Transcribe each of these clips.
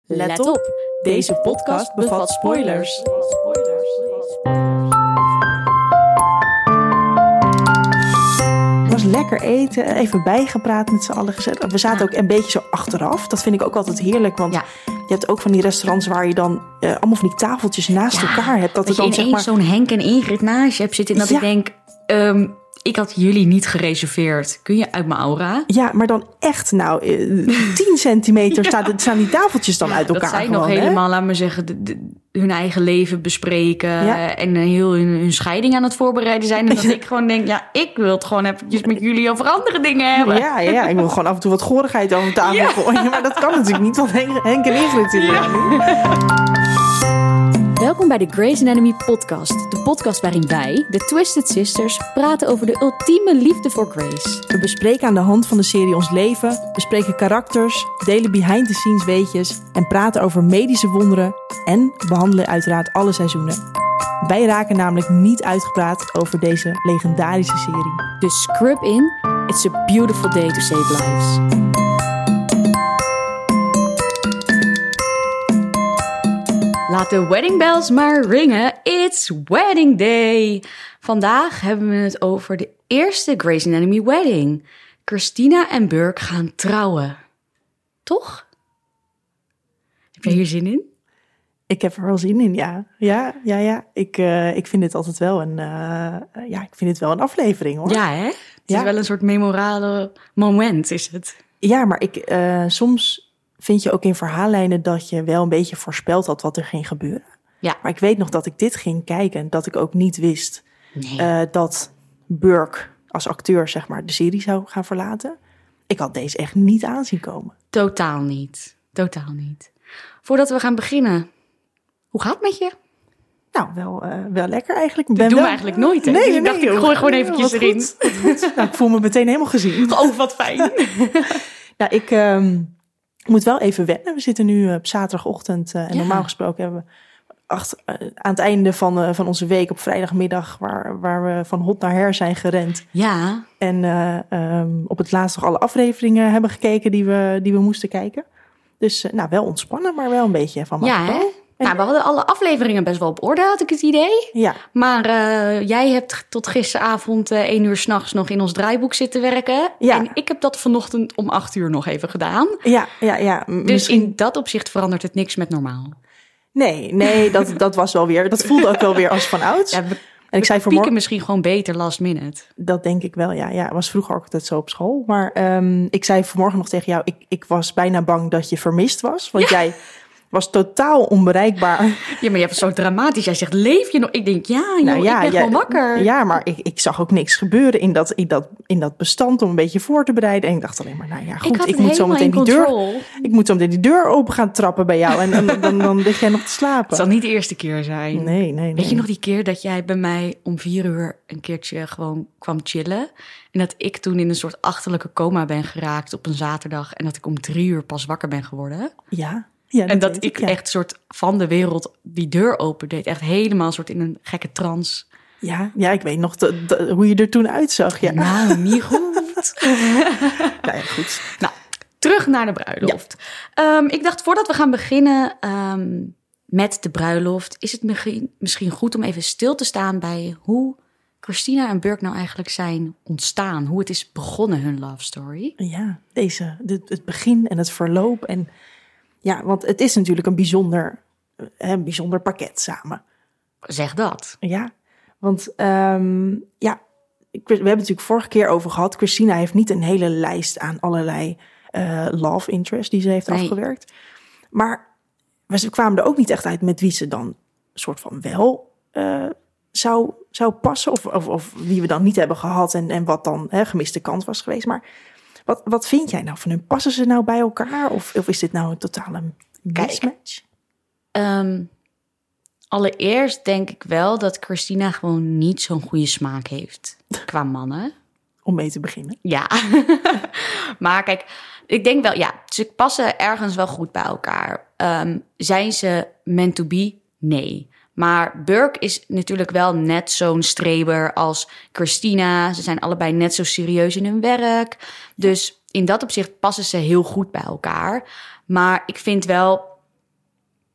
Let op, deze podcast bevat spoilers. Het was lekker eten, even bijgepraat met z'n allen gezet. We zaten ook een beetje zo achteraf. Dat vind ik ook altijd heerlijk, want je hebt ook van die restaurants waar je dan allemaal van die tafeltjes naast elkaar hebt. Dat je dan ineens zo'n Henk en Ingrid naast je hebt zitten en dat ik denk... ik had jullie niet gereserveerd. Kun je uit mijn aura? Ja, maar dan echt 10 centimeter staan die tafeltjes dan uit elkaar. Dat zij gewoon, nog helemaal, laat me zeggen, hun eigen leven bespreken. En heel hun scheiding aan het voorbereiden zijn. En dat ik gewoon denk, ik wil het gewoon eventjes met jullie over andere dingen hebben. Ja, ik wil gewoon af en toe wat gorigheid over tafel gooien. Maar dat kan natuurlijk niet, want Henk en Ingrid zitten Welkom bij de Grey's Anatomy podcast. De podcast waarin wij, de Twisted Sisters, praten over de ultieme liefde voor Grey's. We bespreken aan de hand van de serie ons leven, bespreken karakters, delen behind-the-scenes weetjes en praten over medische wonderen en behandelen uiteraard alle seizoenen. Wij raken namelijk niet uitgepraat over deze legendarische serie. Dus scrub in, it's a beautiful day to save lives. Laat de wedding bells maar ringen. It's wedding day. Vandaag hebben we het over de eerste Grey's Anatomy wedding. Christina en Burke gaan trouwen. Toch? Heb jij hier zin in? Ik heb er wel zin in, ja. Ja. Ik vind dit altijd wel een aflevering, hoor. Ja, hè? Het is wel een soort memorabele moment, is het? Ja, maar soms vind je ook in verhaallijnen dat je wel een beetje voorspeld had wat er ging gebeuren. Ja. Maar ik weet nog dat ik dit ging kijken en dat ik ook niet wist dat Burke als acteur, zeg maar, de serie zou gaan verlaten. Ik had deze echt niet aanzien komen. Totaal niet. Voordat we gaan beginnen, hoe gaat het met je? Nou, wel lekker eigenlijk. Dat doen we eigenlijk nooit, hè? Nee, ik dacht, ik gooi gewoon eventjes erin. Goed. Nou, ik voel me meteen helemaal gezien. Oh, wat fijn. Nou, ik moet wel even wennen. We zitten nu op zaterdagochtend en normaal gesproken hebben we aan het einde van onze week op vrijdagmiddag waar we van hot naar her zijn gerend. Ja. En op het laatst nog alle afleveringen hebben gekeken die we moesten kijken. Dus wel ontspannen, maar wel een beetje van ja, hè? Nou, we hadden alle afleveringen best wel op orde, had ik het idee. Ja. Maar jij hebt tot gisteravond 1 uur 's nachts nog in ons draaiboek zitten werken. Ja. En ik heb dat vanochtend om 8 uur nog even gedaan. Ja. Dus in dat opzicht verandert het niks met normaal. Nee, dat was wel weer. Dat voelde ook wel weer als van ouds. Ja, en ik zei pieken misschien gewoon beter last minute. Dat denk ik wel, ja. Het was vroeger ook altijd zo op school. Maar ik zei vanmorgen nog tegen jou, ik was bijna bang dat je vermist was. Want jij was totaal onbereikbaar. Ja, maar jij was zo dramatisch. Jij zegt, leef je nog? Ik denk, ik ben gewoon wakker. Ja, maar ik zag ook niks gebeuren in dat bestand om een beetje voor te bereiden. En ik dacht alleen maar, ik moet zo meteen die deur open gaan trappen bij jou. En dan lig jij nog te slapen. Het zal niet de eerste keer zijn. Nee. Weet je nog die keer dat jij bij mij om 4 uur een keertje gewoon kwam chillen? En dat ik toen in een soort achterlijke coma ben geraakt op een zaterdag. En dat ik om 3 uur pas wakker ben geworden. Ja, en dat ik echt soort van de wereld die deur opendeed. Echt helemaal soort in een gekke trance. Ja, ik weet nog hoe je er toen uitzag. Ja. Nou, niet goed. Goed. Nou, terug naar de bruiloft. Ja. Ik dacht, voordat we gaan beginnen met de bruiloft... is het misschien goed om even stil te staan bij hoe Christina en Burke nou eigenlijk zijn ontstaan. Hoe het is begonnen, hun love story. Ja, het begin en het verloop en... Ja, want het is natuurlijk een bijzonder pakket samen. Zeg dat. Ja, want we hebben het natuurlijk vorige keer over gehad. Christina heeft niet een hele lijst aan allerlei love interests die ze heeft afgewerkt. Maar we kwamen er ook niet echt uit met wie ze dan soort van wel zou passen. Of wie we dan niet hebben gehad en wat dan gemiste kans was geweest. Maar wat vind jij nou van hun? Passen ze nou bij elkaar? Of is dit nou een totale mismatch? Allereerst denk ik wel dat Christina gewoon niet zo'n goede smaak heeft qua mannen. Om mee te beginnen. Ja. Maar kijk, ik denk wel, ze passen ergens wel goed bij elkaar. Zijn ze meant to be? Nee. Maar Burke is natuurlijk wel net zo'n streber als Christina. Ze zijn allebei net zo serieus in hun werk. Dus in dat opzicht passen ze heel goed bij elkaar. Maar ik vind wel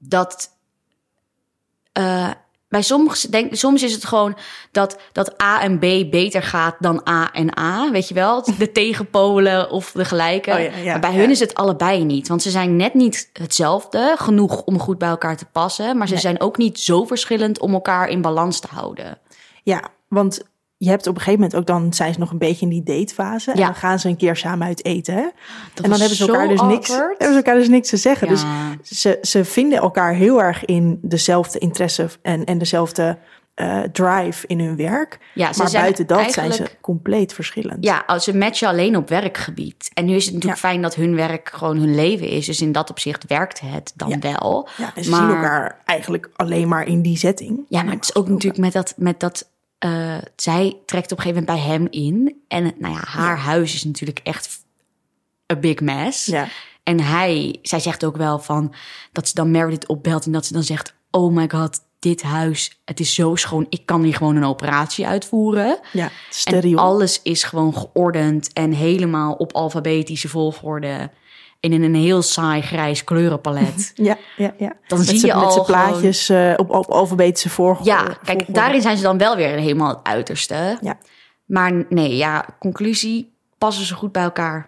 bij soms is het gewoon dat A en B beter gaat dan A en A. Weet je wel? De tegenpolen of de gelijke. Maar bij hun is het allebei niet. Want ze zijn net niet hetzelfde genoeg om goed bij elkaar te passen. Maar ze zijn ook niet zo verschillend om elkaar in balans te houden. Ja, want je hebt op een gegeven moment ook, dan zijn ze nog een beetje in die datefase. En dan gaan ze een keer samen uit eten. Hè? En dan hebben ze elkaar dus niks te zeggen. Ja. Dus ze vinden elkaar heel erg in dezelfde interesse en dezelfde drive in hun werk. Ja, maar buiten dat zijn ze compleet verschillend. Ja, ze matchen alleen op werkgebied. En nu is het natuurlijk fijn dat hun werk gewoon hun leven is. Dus in dat opzicht werkt het dan wel. Ja, en ze zien elkaar eigenlijk alleen maar in die setting. Ja, maar het is ook natuurlijk met dat zij trekt op een gegeven moment bij hem in. En haar huis is natuurlijk echt a big mess. Ja. En zij zegt ook wel van dat ze dan Meredith opbelt en dat ze dan zegt, oh my god, dit huis, het is zo schoon. Ik kan hier gewoon een operatie uitvoeren. Ja, steriel. En alles is gewoon geordend en helemaal op alfabetische volgorde. En in een heel saai grijs kleurenpalet. Ja. Dan zie je al met zijn plaatjes op alfabetische volgorde. Ja, kijk, daarin zijn ze dan wel weer helemaal het uiterste. Ja. Maar nee, conclusie, passen ze goed bij elkaar.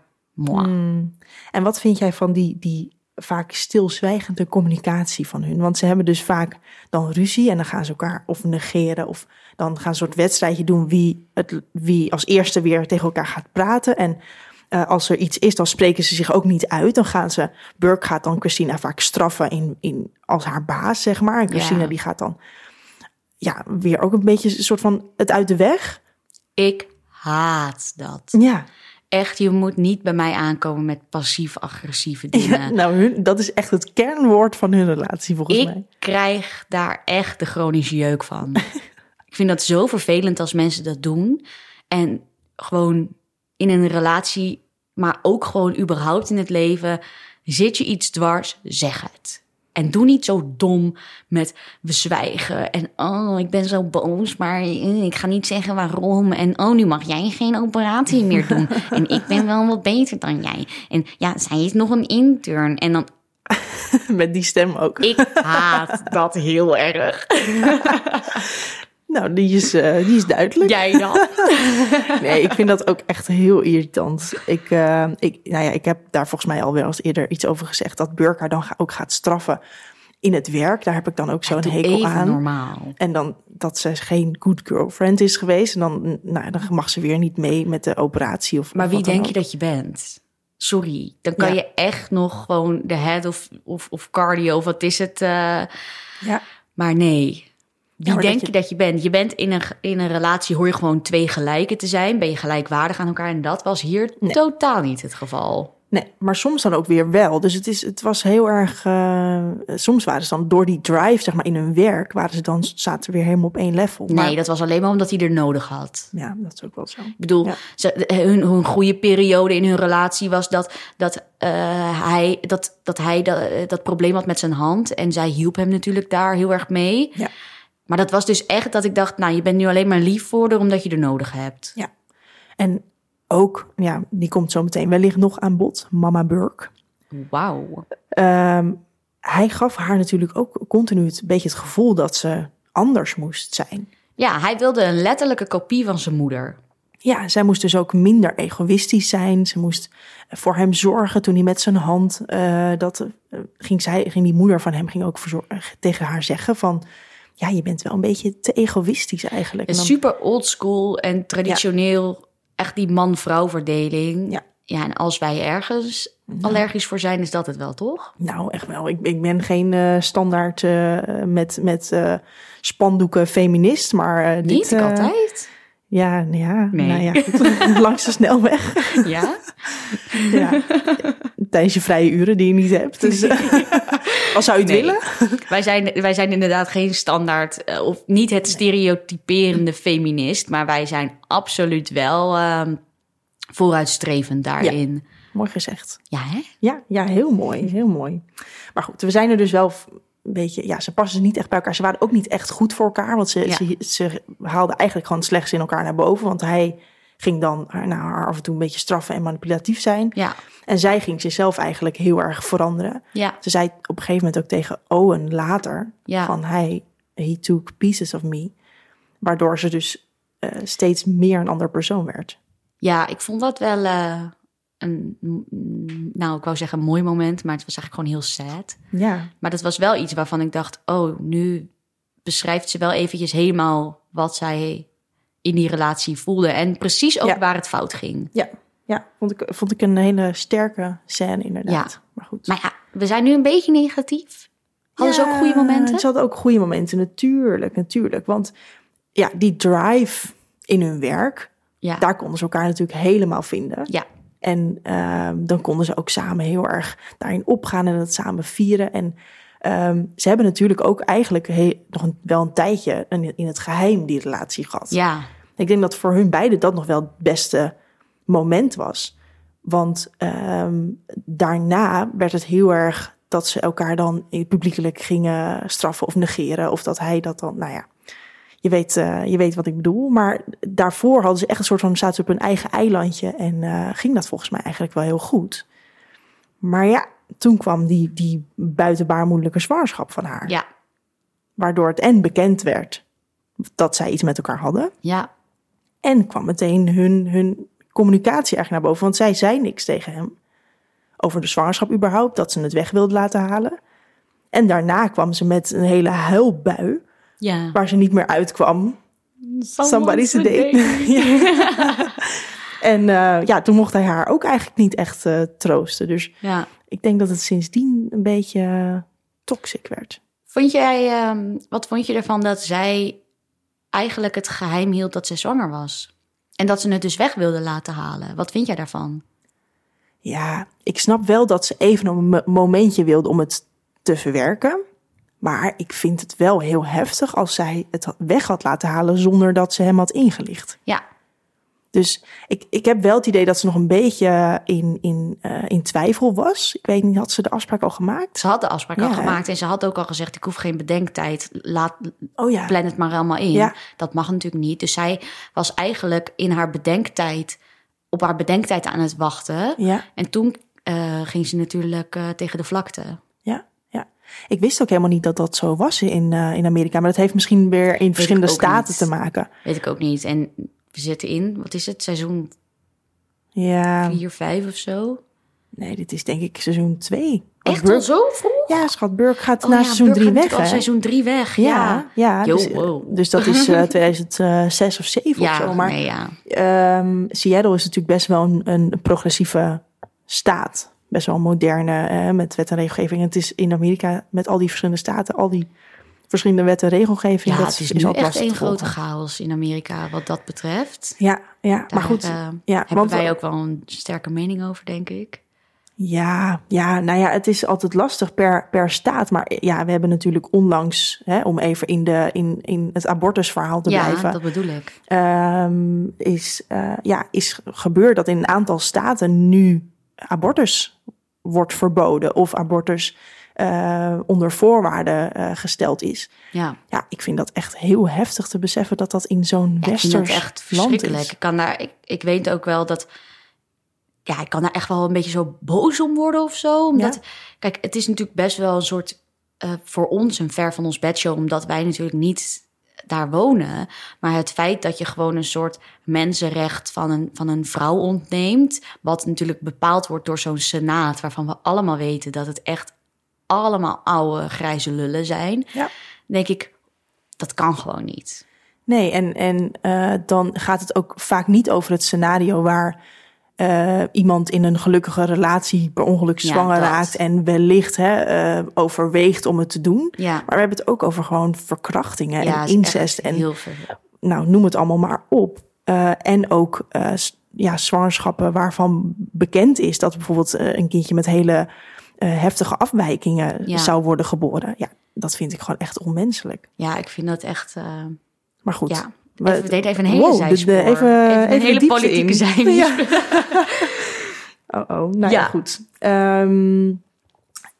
En wat vind jij van die vaak stilzwijgende communicatie van hun? Want ze hebben dus vaak dan ruzie en dan gaan ze elkaar of negeren of dan gaan ze een soort wedstrijdje doen wie als eerste weer tegen elkaar gaat praten. En als er iets is, dan spreken ze zich ook niet uit. Dan Burke gaat dan Christina vaak straffen als haar baas, zeg maar. En Christina die gaat dan weer ook een beetje een soort van het uit de weg. Ik haat dat. Ja. Echt, je moet niet bij mij aankomen met passief-agressieve dingen. Ja, dat is echt het kernwoord van hun relatie, volgens mij. Ik krijg daar echt de chronische jeuk van. Ik vind dat zo vervelend als mensen dat doen. En gewoon in een relatie, maar ook gewoon überhaupt in het leven, zit je iets dwars, zeg het. En doe niet zo dom met we zwijgen. En ik ben zo boos, maar ik ga niet zeggen waarom. En nu mag jij geen operatie meer doen. En ik ben wel wat beter dan jij. En zij is nog een intern. En dan met die stem ook. Ik haat dat heel erg. Nou, die is duidelijk. Jij dan? Nee, ik vind dat ook echt heel irritant. Ik heb daar volgens mij al wel eens eerder iets over gezegd, dat Burke haar dan ook gaat straffen in het werk. Daar heb ik dan ook zo'n hekel aan. Normaal. En dan dat ze geen good girlfriend is geweest. En dan mag ze weer niet mee met de operatie. Maar wie denk je dat je bent? Sorry, dan kan je echt nog gewoon de head of cardio, of wat is het? Maar nee. Wie denk je dat je bent? Je bent in een relatie, hoor je gewoon twee gelijken te zijn. Ben je gelijkwaardig aan elkaar? En dat was hier totaal niet het geval. Nee, maar soms dan ook weer wel. Dus het was heel erg. Soms waren ze dan door die drive, zeg maar, in hun werk, zaten ze weer helemaal op één level. Nee, dat was alleen maar omdat hij er nodig had. Ja, dat is ook wel zo. Ik bedoel, hun goede periode in hun relatie was dat hij dat probleem had met zijn hand. En zij hielp hem natuurlijk daar heel erg mee. Ja. Maar dat was dus echt dat ik dacht, je bent nu alleen maar lief voor haar omdat je er nodig hebt. Ja, en ook, die komt zo meteen wellicht nog aan bod, Mama Burke. Wauw. Hij gaf haar natuurlijk ook continu een beetje het gevoel dat ze anders moest zijn. Ja, hij wilde een letterlijke kopie van zijn moeder. Ja, zij moest dus ook minder egoïstisch zijn. Ze moest voor hem zorgen toen hij met zijn hand... ging die moeder van hem ook tegen haar zeggen van... Ja, je bent wel een beetje te egoïstisch eigenlijk. Super oldschool en traditioneel. Ja. Echt die man-vrouw verdeling. Ja, en als wij ergens allergisch voor zijn, is dat het wel, toch? Nou, echt wel. Ik ben geen standaard met spandoeken feminist, maar niet altijd? Ja, goed. Langs de snelweg. Ja? Ja. Tijdens je vrije uren die je niet hebt. Dus als zou je het willen? Wij zijn inderdaad geen standaard, of niet het stereotyperende feminist, maar wij zijn absoluut wel vooruitstrevend daarin. Ja, mooi gezegd. Ja, hè? Ja, heel mooi, heel mooi. Maar goed, we zijn er dus wel een beetje... Ja, ze passen niet echt bij elkaar. Ze waren ook niet echt goed voor elkaar, want ze haalden eigenlijk gewoon slechts in elkaar naar boven, want hij ging dan haar af en toe een beetje straffen en manipulatief zijn. Ja. En zij ging zichzelf eigenlijk heel erg veranderen. Ja. Ze zei op een gegeven moment ook tegen Owen later... van he took pieces of me. Waardoor ze dus steeds meer een ander persoon werd. Ja, ik vond dat wel ik wou zeggen een mooi moment... maar het was eigenlijk gewoon heel sad. Ja. Maar dat was wel iets waarvan ik dacht... nu beschrijft ze wel eventjes helemaal wat zij in die relatie voelde. En precies ook waar het fout ging. Ja, vond ik een hele sterke scène inderdaad. Ja. Maar goed. Maar we zijn nu een beetje negatief. Hadden ze ook goede momenten? Ze hadden ook goede momenten, natuurlijk. Want ja, die drive in hun werk... daar konden ze elkaar natuurlijk helemaal vinden. Ja. En dan konden ze ook samen heel erg daarin opgaan... en het samen vieren. En ze hebben natuurlijk ook eigenlijk wel een tijdje... in het geheim die relatie gehad. Ja. Ik denk dat voor hun beiden dat nog wel het beste moment was. Want daarna werd het heel erg dat ze elkaar dan publiekelijk gingen straffen of negeren. Of dat hij dat dan, je weet wat ik bedoel. Maar daarvoor hadden ze echt een soort van, zaten ze op hun eigen eilandje. En ging dat volgens mij eigenlijk wel heel goed. Maar ja, toen kwam die buitenbaarmoedelijke zwangerschap van haar. Ja. Waardoor het bekend werd dat zij iets met elkaar hadden. Ja. En kwam meteen hun communicatie eigenlijk naar boven. Want zij zei niks tegen hem over de zwangerschap überhaupt. Dat ze het weg wilde laten halen. En daarna kwam ze met een hele huilbui. Ja. Waar ze niet meer uitkwam. Somebody's a date. En toen mocht hij haar ook eigenlijk niet echt troosten. Dus ik denk dat het sindsdien een beetje toxic werd. Wat vond je ervan dat zij eigenlijk het geheim hield dat ze zwanger was? En dat ze het dus weg wilde laten halen. Wat vind jij daarvan? Ja, ik snap wel dat ze even een momentje wilde om het te verwerken. Maar ik vind het wel heel heftig als zij het weg had laten halen zonder dat ze hem had ingelicht. Ja. Dus ik heb wel het idee dat ze nog een beetje in twijfel was. Ik weet niet, had ze de afspraak al gemaakt? Ze had de afspraak al gemaakt en ze had ook al gezegd... ik hoef geen bedenktijd, plan het maar allemaal in. Ja. Dat mag natuurlijk niet. Dus zij was eigenlijk in haar op haar bedenktijd aan het wachten. Ja. En toen ging ze natuurlijk tegen de vlakte. Ja. Ik wist ook helemaal niet dat dat zo was in Amerika. Maar dat heeft misschien weer in verschillende staten te maken. Weet ik ook niet. En we zitten in, wat is het, seizoen 4, 5 of zo? Nee, dit is denk ik seizoen 2. Echt al zo vroeg? Ja, schat, Burke gaat na seizoen 3 weg. Al seizoen 3 weg, ja. Dus dat is 2006 of 7 of zo. Maar Seattle is natuurlijk best wel een progressieve staat. Best wel moderne, met wet en regelgeving. Het is in Amerika met al die verschillende staten, al die verschillende wet en regelgeving. Ja, het is nu echt een grote chaos in Amerika wat dat betreft. Ja, maar goed. Hebben wij ook wel een sterke mening over, denk ik. Ja, het is altijd lastig per staat. Maar ja, we hebben natuurlijk onlangs, om even in het abortusverhaal te blijven. Ja, dat bedoel ik. Is gebeurd dat in een aantal staten nu abortus wordt verboden of abortus onder voorwaarden gesteld is. Ja, ik vind dat echt heel heftig te beseffen dat in zo'n westers land is. Ik vind dat echt verschrikkelijk. Ik weet ook wel dat... Ja, ik kan daar echt wel een beetje zo boos om worden of zo. Omdat, kijk, het is natuurlijk best wel een soort... voor ons een ver van ons bedshow, omdat wij natuurlijk niet daar wonen. Maar het feit dat je gewoon een soort mensenrecht van een vrouw ontneemt... wat natuurlijk bepaald wordt door zo'n senaat... waarvan we allemaal weten dat het echt allemaal oude grijze lullen zijn... denk ik, dat kan gewoon niet. Nee, en dan gaat het ook vaak niet over het scenario... waar iemand in een gelukkige relatie per ongeluk zwanger raakt... en wellicht overweegt om het te doen. Ja. Maar we hebben het ook over gewoon verkrachtingen en incest. En heel veel. Nou, noem het allemaal maar op. En ook zwangerschappen waarvan bekend is... dat bijvoorbeeld een kindje met hele heftige afwijkingen zou worden geboren. Ja, dat vind ik gewoon echt onmenselijk. Ja, ik vind dat echt... Maar goed... Ja. We deden even een hele zijspoor. Even een hele politieke zijspoor. Nou ja, goed.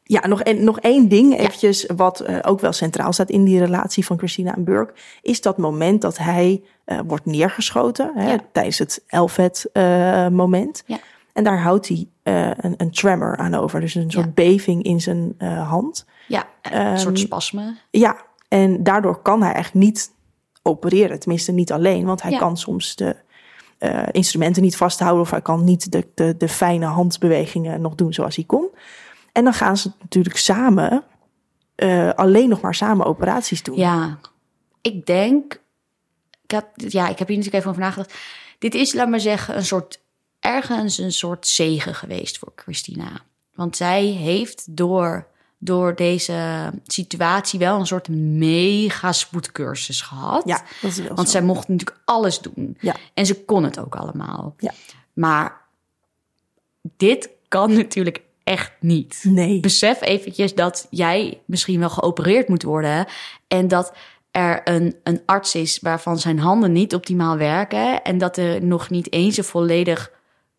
Ja, nog één ding eventjes, wat ook wel centraal staat in die relatie van Christina en Burke, is dat moment dat hij wordt neergeschoten tijdens het Elvet moment. Ja. En daar houdt hij een tremor aan over, dus een soort beving in zijn hand. Ja, een soort spasme. Ja, en daardoor kan hij eigenlijk niet opereren, tenminste niet alleen, want hij kan soms de instrumenten niet vasthouden of hij kan niet de fijne handbewegingen nog doen zoals hij kon. En dan gaan ze natuurlijk samen, alleen nog maar samen operaties doen. Ja, ik denk, ik heb hier natuurlijk even over nagedacht. Dit is, laat maar zeggen, ergens een soort zegen geweest voor Christina. Want zij heeft door deze situatie wel een soort mega spoedcursus gehad. Ja, dat is wel Want zo. zij mocht natuurlijk alles doen. Ja. En ze kon het ook allemaal. Ja. Maar dit kan natuurlijk echt niet. Nee. Besef eventjes dat jij misschien wel geopereerd moet worden en dat er een arts is waarvan zijn handen niet optimaal werken en dat er nog niet eens een volledig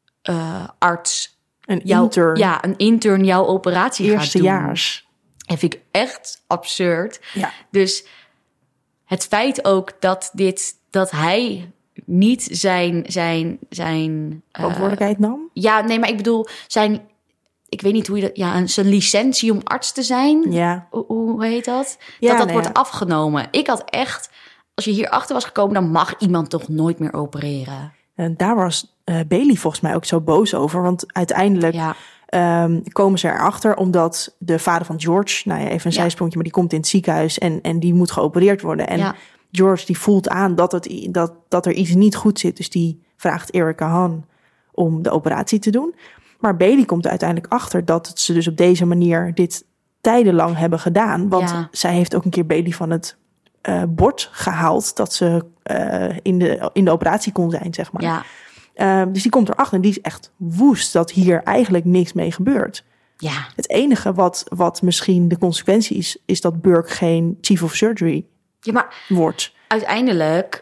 arts Een intern jouw operatie gaat doen. eerstejaars. Dat vind ik echt absurd. Ja. Dus het feit ook dat hij niet zijn Verantwoordelijkheid nam. ja, nee, maar ik bedoel ik weet niet hoe je dat... Ja, zijn licentie om arts te zijn. Ja. Hoe heet dat? Ja, dat wordt afgenomen. Ik had echt... Als je hierachter was gekomen, dan mag iemand toch nooit meer opereren. En daar was Bailey volgens mij ook zo boos over. Want uiteindelijk komen ze erachter omdat de vader van George... Nou ja, even een zijsprongje, maar die komt in het ziekenhuis en die moet geopereerd worden. En George die voelt aan dat er iets niet goed zit. Dus die vraagt Erica Han om de operatie te doen. Maar Bailey komt er uiteindelijk achter dat ze dus op deze manier dit tijdenlang hebben gedaan. Want zij heeft ook een keer Bailey van het bord gehaald dat ze in de operatie kon zijn, zeg maar. Ja. Dus die komt erachter en die is echt woest dat hier eigenlijk niks mee gebeurt. Ja. Het enige wat misschien de consequentie is dat Burke geen chief of surgery wordt. Uiteindelijk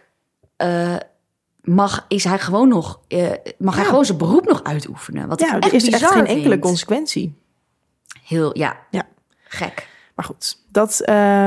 mag hij gewoon zijn beroep nog uitoefenen. Wat er is echt geen enkele consequentie. Gek. Maar goed, dat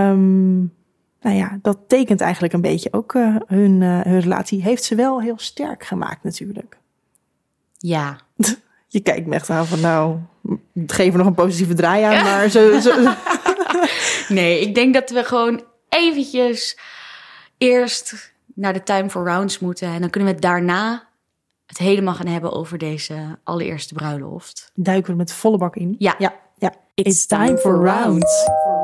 tekent eigenlijk een beetje ook hun relatie. Heeft ze wel heel sterk gemaakt natuurlijk. Ja. Je kijkt me echt aan van geef er nog een positieve draai aan. Maar zo. Nee, ik denk dat we gewoon eventjes eerst naar de Time for Rounds moeten. En dan kunnen we daarna het helemaal gaan hebben over deze allereerste bruiloft. Duiken we met volle bak in. Ja. It's time for rounds.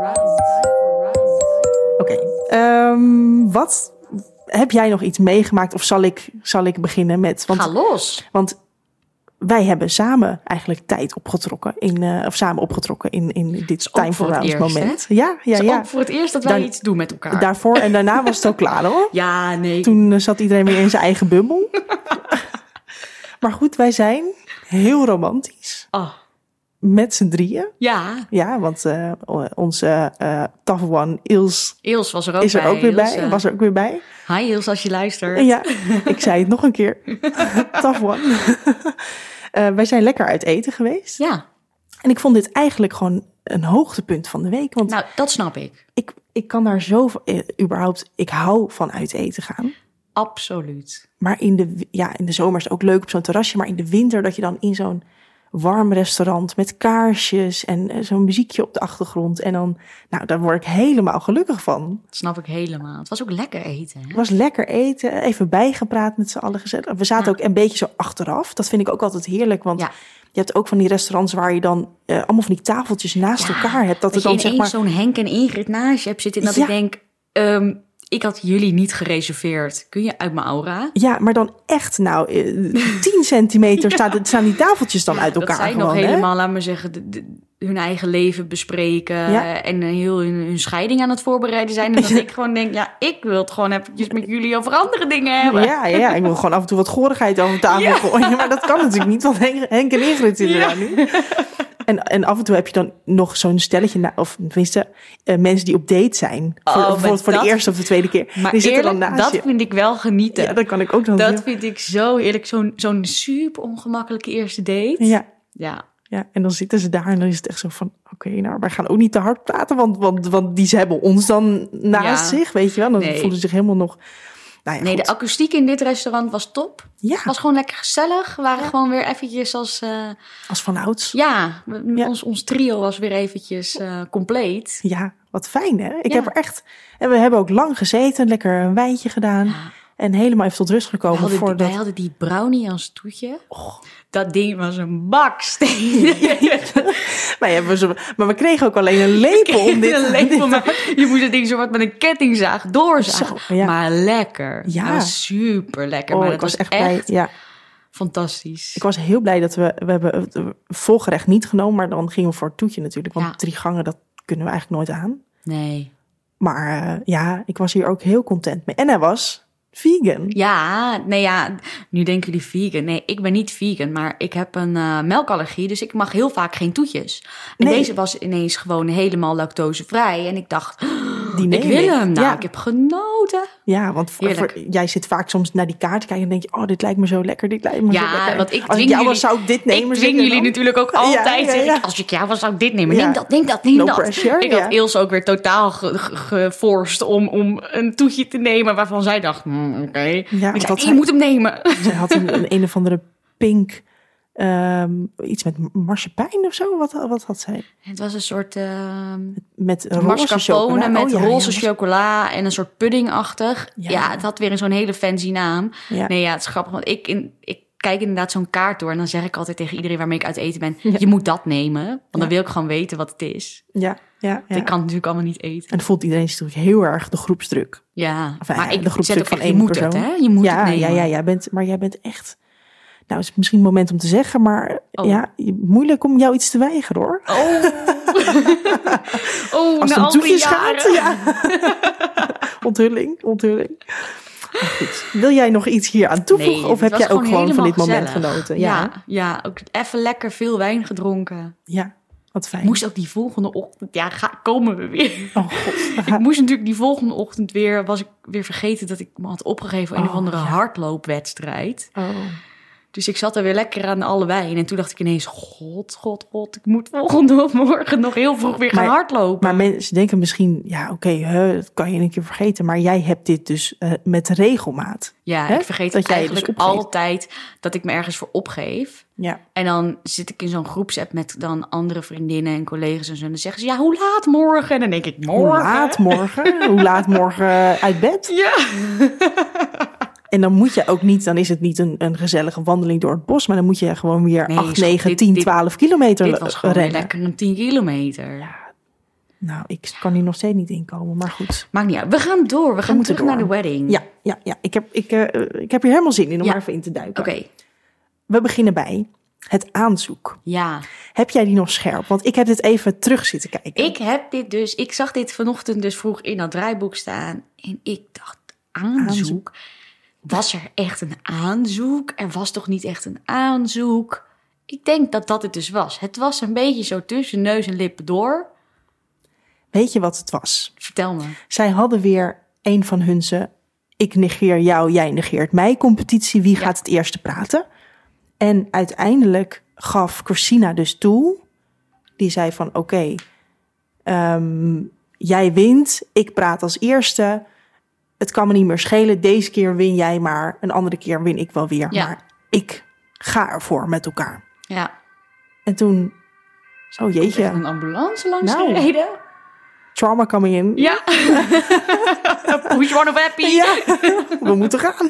Oké. Wat heb jij nog iets meegemaakt? Of zal ik beginnen met... Ga los. Want wij hebben samen eigenlijk tijd opgetrokken. Samen opgetrokken in dit Time for Rounds moment. Hè? Ja. Ook voor het eerst dat wij iets doen met elkaar. Daarvoor en daarna was het ook klaar hoor. Ja, nee. Toen zat iedereen weer in zijn eigen bubbel. Maar goed, wij zijn heel romantisch. Oh. Met z'n drieën. Ja. Ja, want onze tough one, Ils was er ook is er bij. ook weer bij. Was er ook weer bij. Hi Ils, als je luistert. Ja, ik zei het nog een keer. Tough one. Wij zijn lekker uit eten geweest. Ja. En ik vond dit eigenlijk gewoon een hoogtepunt van de week. Want nou, dat snap ik. Ik kan daar zo überhaupt... Ik hou van uit eten gaan. Absoluut. Maar in de zomer is het ook leuk op zo'n terrasje. Maar in de winter dat je dan in zo'n warm restaurant met kaarsjes en zo'n muziekje op de achtergrond. En dan, daar word ik helemaal gelukkig van. Dat snap ik helemaal. Het was ook lekker eten. Hè? Het was lekker eten, even bijgepraat met z'n allen gezellig. We zaten ook een beetje zo achteraf. Dat vind ik ook altijd heerlijk, want je hebt ook van die restaurants waar je dan allemaal van die tafeltjes naast elkaar hebt. Dat je dan zo'n Henk en Ingrid naast je hebt zitten en dat ik denk... ik had jullie niet gereserveerd. Kun je uit mijn aura? Ja, maar dan echt 10 centimeter staan die tafeltjes dan uit elkaar. Dat zij nog helemaal, laat maar zeggen, hun eigen leven bespreken. En heel hun scheiding aan het voorbereiden zijn. En dat ik gewoon denk, ik wil het gewoon eventjes met jullie over andere dingen hebben. Ja, ik wil gewoon af en toe wat gorigheid over tafel gooien. Maar dat kan natuurlijk niet, want Henk en Ingrid zitten daar nu. En af en toe heb je dan nog zo'n stelletje, of tenminste mensen die op date zijn. Bijvoorbeeld voor de eerste of de tweede keer. Maar die eerlijk, dan naast dat je. vind ik wel genieten. Ja, dat kan ik ook dan. Dat vind ik zo eerlijk. Zo'n super ongemakkelijke eerste date. Ja. Ja, Ja, en dan zitten ze daar en dan is het echt zo van... Oké, nou, wij gaan ook niet te hard praten... want ze hebben ons dan naast zich, weet je wel. Dan voelen ze zich helemaal nog... Nou ja, nee, goed. de akoestiek in dit restaurant was top. Ja. Het was gewoon lekker gezellig. We waren gewoon weer eventjes als... Als vanouds. Ja, ons trio was weer eventjes compleet. Ja, wat fijn, hè? Ik heb er echt... En we hebben ook lang gezeten, lekker een wijntje gedaan... Ja. En helemaal even tot rust gekomen. Wij hadden die brownie als toetje. Oh, dat ding was een baksteen. Maar we kregen ook alleen een lepel om dit. Je moest het ding zo wat met een kettingzaag doorzagen. Zo, ja. Maar lekker. Ja. Dat was super lekker. Oh, maar ik was echt blij. Ja. Fantastisch. Ik was heel blij dat we hebben het volgerecht niet genomen. Maar dan gingen we voor het toetje natuurlijk. Want 3 gangen, dat kunnen we eigenlijk nooit aan. Nee. Maar ik was hier ook heel content mee. En hij was... vegan. Ja, nu denken jullie vegan. Nee, ik ben niet vegan, maar ik heb een melkallergie, dus ik mag heel vaak geen toetjes. En deze was ineens gewoon helemaal lactosevrij. En ik dacht, ik wil hem. Nou, ik heb genoten. Ja, want jij zit vaak soms naar die kaart te kijken en denk je, dit lijkt me zo lekker, dit lijkt me zo lekker. Ja, want als ik jou was, zou ik dit nemen. Ik dwing jullie natuurlijk ook altijd. Zeg ik, als ik jou was, zou ik dit nemen. Neem dat, neem dat, neem dat. Pressure, ik had Ilse ook weer totaal geforst om een toetje te nemen waarvan zij dacht, oké. Ja, ik zei, je moet hem nemen. Zij had een of andere pink... iets met marsepein of zo? Wat had zij? Het was een soort... met mascarpone met roze chocola en een soort puddingachtig. Ja, het had weer zo'n hele fancy naam. Ja. Nee, het is grappig, want ik kijk inderdaad zo'n kaart door... en dan zeg ik altijd tegen iedereen waarmee ik uit eten ben... je moet dat nemen, want dan wil ik gewoon weten wat het is. Ja. Ik kan het natuurlijk allemaal niet eten. En voelt iedereen natuurlijk heel erg de groepsdruk. Ja, maar ik de groepsdruk van één persoon. Hè? Je moet het nemen. Ja, jij bent echt... Nou, het is misschien een moment om te zeggen, maar moeilijk om jou iets te weigeren, hoor. Als het om toetjes gaat. Ja. Onthulling. Maar goed. Wil jij nog iets hier aan toevoegen? Of heb jij ook gewoon van dit moment genoten? Ja, ook even lekker veel wijn gedronken. Ja, wat fijn. Ik moest ook die volgende ochtend... komen we weer. Oh god. Ik moest natuurlijk die volgende ochtend was ik weer vergeten dat ik me had opgegeven voor een of andere hardloopwedstrijd. Oh. Dus ik zat er weer lekker aan allebei. En toen dacht ik ineens, god, ik moet volgende morgen nog heel vroeg weer gaan hardlopen. Maar mensen denken misschien, dat kan je een keer vergeten. Maar jij hebt dit dus met regelmaat. Ja, ik vergeet dat eigenlijk dus altijd dat ik me ergens voor opgeef. Ja. En dan zit ik in zo'n groepsapp met dan andere vriendinnen en collega's en zo. En dan zeggen ze, hoe laat morgen? En dan denk ik, morgen? Hoe laat morgen? Hoe laat morgen uit bed? Ja. En dan moet je ook niet, dan is het niet een gezellige wandeling door het bos, maar dan moet je gewoon weer 8, 9, 10, 12 kilometer rennen. Dit was gewoon lekker een 10 kilometer. Ja. Nou, ik kan hier nog steeds niet inkomen, maar goed. Maakt niet uit. We gaan door. We gaan terug naar de wedding. Ja. Ik heb hier helemaal zin in om er even in te duiken. Oké. We beginnen bij het aanzoek. Ja. Heb jij die nog scherp? Want ik heb dit even terug zitten kijken. Ik zag dit vanochtend dus vroeg in dat draaiboek staan. En ik dacht, aanzoek? Was er echt een aanzoek? Er was toch niet echt een aanzoek? Ik denk dat dat het dus was. Het was een beetje zo tussen neus en lippen door. Weet je wat het was? Vertel me. Zij hadden weer een van hun ik negeer jou, jij negeert mij competitie. Wie gaat het eerste praten? En uiteindelijk gaf Christina dus toe. Die zei van oké, jij wint. Ik praat als eerste. Het kan me niet meer schelen. Deze keer win jij maar. Een andere keer win ik wel weer. Ja. Maar ik ga ervoor met elkaar. Ja. En toen... Oh jeetje. Een ambulance langs gereden. Trauma coming in. Ja. Push one of happy. Ja. We moeten gaan.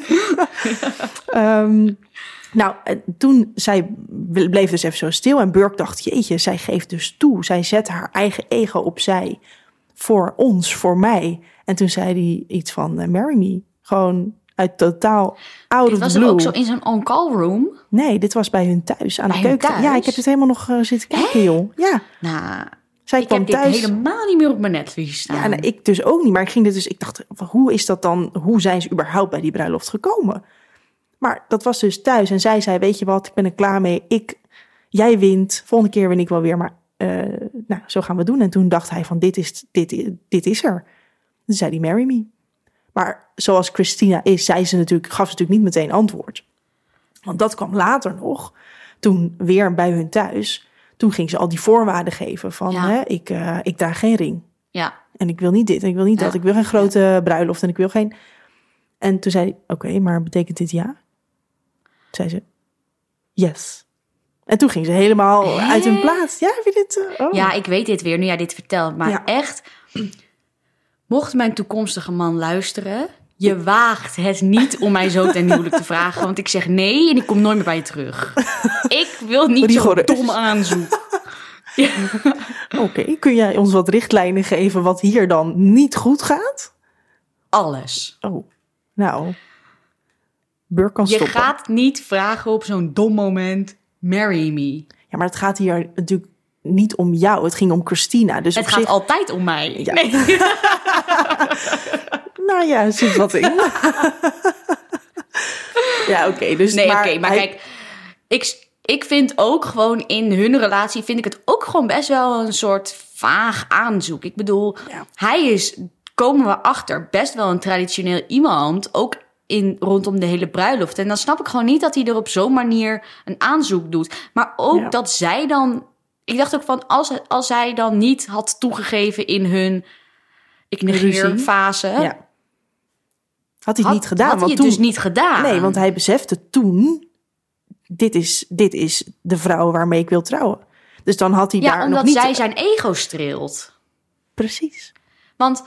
Toen zij bleef dus even zo stil. En Burke dacht, jeetje, zij geeft dus toe. Zij zet haar eigen ego opzij. Voor ons, voor mij. En toen zei hij iets van, marry me. Gewoon uit totaal out of the blue. Was het ook zo in zo'n on-call room? Nee, dit was bij hun thuis, aan de keuken. Thuis? Ja, ik heb dit helemaal nog zitten kijken, joh. Ja. Nou, zij kwam heb thuis. Dit helemaal niet meer op mijn netvlies staan. Ja, ik dus ook niet. Maar ik dacht, hoe is dat dan? Hoe zijn ze überhaupt bij die bruiloft gekomen? Maar dat was dus thuis. En zij zei, weet je wat, ik ben er klaar mee. Jij wint. Volgende keer win ik wel weer. Maar zo gaan we doen. En toen dacht hij van, dit is er. Toen zei hij, marry me. Maar zoals Christina is, gaf ze natuurlijk niet meteen antwoord. Want dat kwam later nog. Toen weer bij hun thuis. Toen ging ze al die voorwaarden geven van... ik draag geen ring. Ja. En ik wil niet dit en ik wil niet dat. Ik wil geen grote bruiloft en ik wil geen... En toen zei hij, oké, maar betekent dit ja? Toen zei ze, yes. En toen ging ze helemaal uit hun plaats. Ja, heb je dit? Ja, ik weet dit weer, nu jij dit vertelt. Maar echt, mocht mijn toekomstige man luisteren... Je waagt het niet om mij zo ten huwelijk te vragen. Want ik zeg nee en ik kom nooit meer bij je terug. Ik wil niet zo'n dom aanzoek. Ja. Oké, kun jij ons wat richtlijnen geven wat hier dan niet goed gaat? Alles. Oh, nou. Burk kan stoppen. Je gaat niet vragen op zo'n dom moment, marry me. Ja, maar het gaat hier natuurlijk niet om jou. Het ging om Christina. Dus het gaat altijd om mij. Ja. Nee. Nou ja, er zit wat in. Ja, oké. Dus maar kijk, ik vind ook gewoon in hun relatie... vind ik het ook gewoon best wel een soort vaag aanzoek. Ik bedoel, hij is, komen we achter, best wel een traditioneel iemand... ook rondom de hele bruiloft. En dan snap ik gewoon niet dat hij er op zo'n manier een aanzoek doet. Maar ook dat zij dan... Ik dacht ook van, als zij dan niet had toegegeven in hun... Ik negeer fase... Ja. Had hij het niet gedaan. Had hij het dus niet gedaan. Nee, want hij besefte toen... Dit is de vrouw waarmee ik wil trouwen. Dus dan had hij daar nog niet... Ja, omdat zij zijn ego streelt. Precies. Want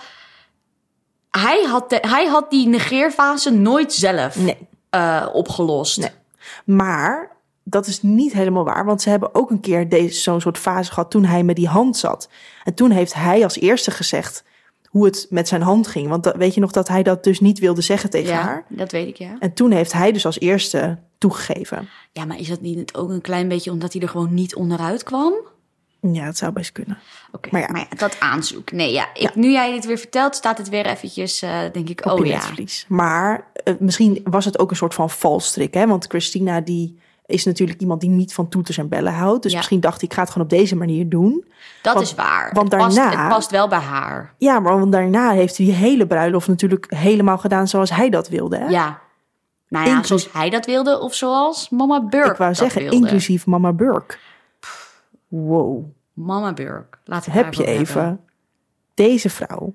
hij had die negeerfase nooit zelf opgelost. Nee. Maar dat is niet helemaal waar. Want ze hebben ook een keer zo'n soort fase gehad... toen hij met die hand zat. En toen heeft hij als eerste gezegd... hoe het met zijn hand ging. Want weet je nog dat hij dat dus niet wilde zeggen tegen haar? Ja, dat weet ik, ja. En toen heeft hij dus als eerste toegegeven. Ja, maar is dat niet ook een klein beetje omdat hij er gewoon niet onderuit kwam? Ja, dat zou best kunnen. Oké, maar dat aanzoek. Nee, nu jij dit weer vertelt, staat het weer eventjes, denk ik, op je netvlies. Maar misschien was het ook een soort van valstrik, hè? Want Christina, die is natuurlijk iemand die niet van toeters en bellen houdt. Dus misschien dacht ik ga het gewoon op deze manier doen. Dat is waar. Want het past wel bij haar. Ja, maar want daarna heeft hij die hele bruiloft natuurlijk helemaal gedaan zoals hij dat wilde. Hè? Ja. Nou ja, zoals hij dat wilde of zoals Mama Burke. Ik wou zeggen, wilde. inclusief Mama Burke. Wow. Mama Burke. Laten we heb je even. Hebben. Deze vrouw.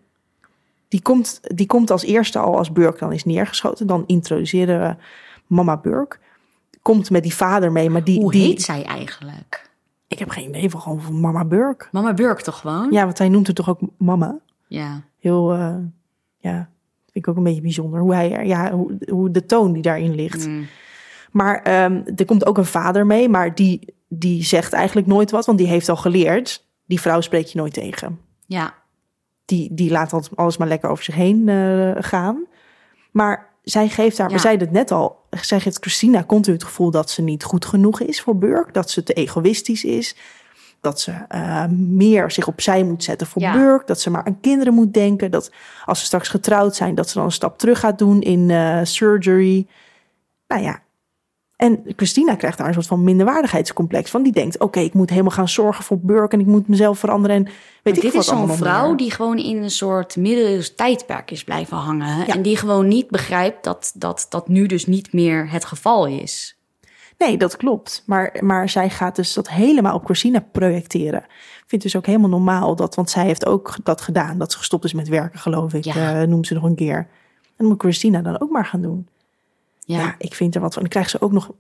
Die komt als eerste al als Burke dan is neergeschoten. Dan introduceren we Mama Burke. Komt met die vader mee. Maar Hoe heet zij eigenlijk? Ik heb geen idee van gewoon van Mama Burke. Mama Burke toch gewoon? Ja, want hij noemt het toch ook mama? Ja. Heel, vind ik ook een beetje bijzonder. Hoe de toon die daarin ligt. Mm. Maar er komt ook een vader mee. Maar die zegt eigenlijk nooit wat. Want die heeft al geleerd. Die vrouw spreek je nooit tegen. Ja. Die laat alles maar lekker over zich heen gaan. Maar zij geeft haar, we zeiden het net al, zij geeft Christina continu het gevoel dat ze niet goed genoeg is voor Burke. Dat ze te egoïstisch is. Dat ze meer zich opzij moet zetten voor Burke. Dat ze maar aan kinderen moet denken. Dat als ze straks getrouwd zijn, dat ze dan een stap terug gaat doen in surgery. Nou ja. En Christina krijgt daar een soort van minderwaardigheidscomplex van. Die denkt, oké, ik moet helemaal gaan zorgen voor Burke en ik moet mezelf veranderen. En weet ik dit wat is zo'n vrouw die gewoon in een soort middeleeuws tijdperk is blijven hangen. Ja. En die gewoon niet begrijpt dat nu dus niet meer het geval is. Nee, dat klopt. Maar zij gaat dus dat helemaal op Christina projecteren. Ik vind het dus ook helemaal normaal want zij heeft ook dat gedaan. Dat ze gestopt is met werken, geloof ik. Noemt ze nog een keer. En moet Christina dan ook maar gaan doen. Ja, ik vind er wat van. En dan krijgt ze ook nog,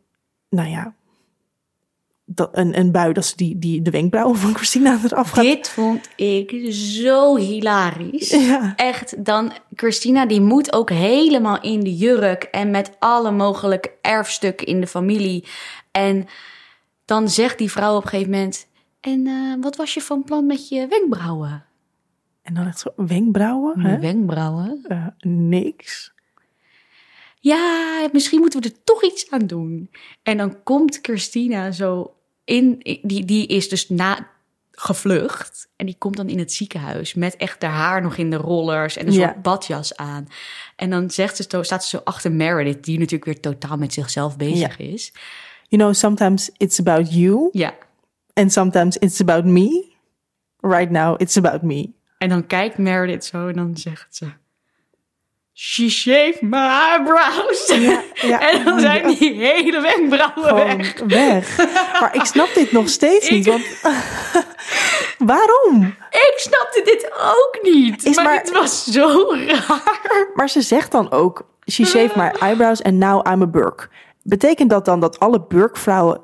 een bui dat ze de wenkbrauwen van Christina eraf gaat. Dit vond ik zo hilarisch. Ja. Echt, dan Christina die moet ook helemaal in de jurk en met alle mogelijke erfstukken in de familie. En dan zegt die vrouw op een gegeven moment, en wat was je van plan met je wenkbrauwen? En dan echt zo, wenkbrauwen? Hè? Wenkbrauwen? Niks. Ja, misschien moeten we er toch iets aan doen. En dan komt Christina zo in, die is dus gevlucht. En die komt dan in het ziekenhuis met echt haar haar nog in de rollers en een soort badjas aan. En dan staat ze zo achter Meredith, die natuurlijk weer totaal met zichzelf bezig is. You know, sometimes it's about you. Ja. And sometimes it's about me. Right now, it's about me. En dan kijkt Meredith zo en dan zegt ze, she shaved my eyebrows. Ja. En dan zijn die hele wenkbrauwen Gewoon weg. Maar ik snap dit nog steeds niet. Want waarom? Ik snapte dit ook niet. Maar het was zo raar. Maar ze zegt dan ook, she shaved my eyebrows and now I'm a Burke. Betekent dat dan dat alle Burke-vrouwen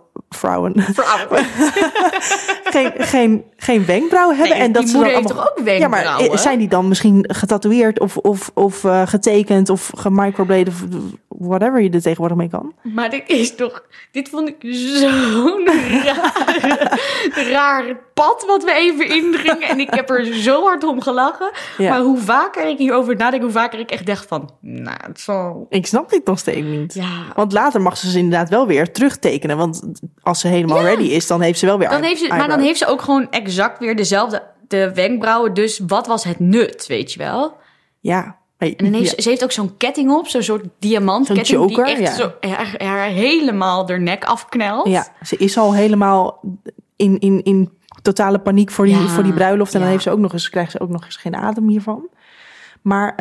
geen wenkbrauwen hebben? Nee, en dat die ze moeder dan heeft allemaal... toch ook wenkbrauwen? Ja, maar zijn die dan misschien getatoeëerd of getekend of gemicrobladed of whatever je er tegenwoordig mee kan? Maar dit vond ik zo'n raar pad wat we even ingingen. En ik heb er zo hard om gelachen. Ja. Maar hoe vaker ik hierover nadenk, hoe vaker ik echt dacht van, nou, het zal... Ik snap dit nog steeds niet. Ja. Want later mag ze inderdaad wel weer terugtekenen. Want als ze helemaal ready is, dan heeft ze wel weer maar dan heeft ze ook gewoon exact weer de wenkbrauwen. Dus wat was het nut, weet je wel? Ja. En dan heeft ze heeft ook zo'n ketting op, zo'n soort diamantketting. Zo'n joker, die echt zo helemaal haar nek afknelt. Ja, ze is al helemaal in totale paniek voor die bruiloft. En dan krijgt ze ook nog eens geen adem hiervan. Maar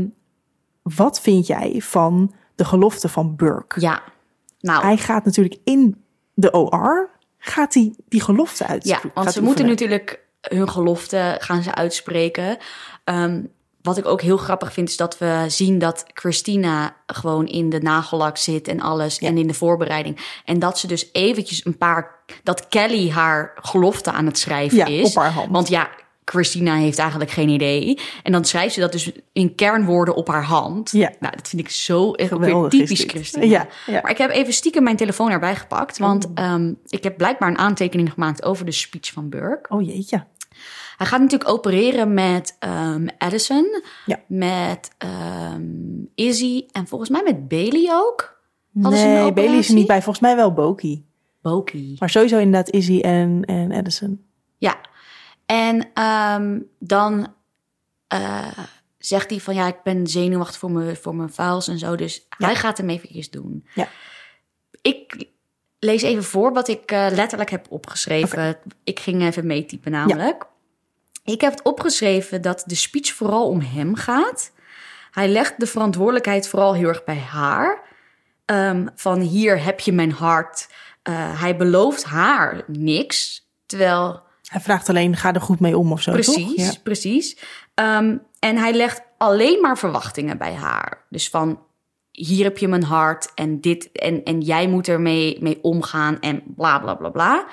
wat vind jij van de gelofte van Burke? Ja, nou... Hij gaat natuurlijk in de OR, gaat hij die gelofte uitspreken. Ja, want ze moeten natuurlijk hun gelofte gaan ze uitspreken. Wat ik ook heel grappig vind, is dat we zien dat Christina gewoon in de nagellak zit en alles. Ja. En in de voorbereiding. En dat ze dus eventjes dat Kelly haar gelofte aan het schrijven is. Op haar hand. Want Christina heeft eigenlijk geen idee. En dan schrijft ze dat dus in kernwoorden op haar hand. Ja. Nou, dat vind ik zo echt weer typisch Christina. Ja. Maar ik heb even stiekem mijn telefoon erbij gepakt. Want ik heb blijkbaar een aantekening gemaakt over de speech van Burke. Oh jeetje. Hij gaat natuurlijk opereren met Addison, met Izzy en volgens mij met Bailey ook. Nee, Bailey is er niet bij. Volgens mij wel Boki. Maar sowieso inderdaad Izzy en Addison. Ja, en dan zegt hij van ik ben zenuwachtig voor mijn files en zo. Dus hij gaat hem eventjes doen. Ja. Ik lees even voor wat ik letterlijk heb opgeschreven. Okay. Ik ging even meetypen namelijk. Ja. Ik heb het opgeschreven dat de speech vooral om hem gaat. Hij legt de verantwoordelijkheid vooral heel erg bij haar. Van hier heb je mijn hart. Hij belooft haar niks. Terwijl... Hij vraagt alleen, ga er goed mee om of zo, precies, toch? Ja. Precies. En hij legt alleen maar verwachtingen bij haar. Dus van, hier heb je mijn hart en dit en jij moet ermee omgaan en bla, bla, bla, bla.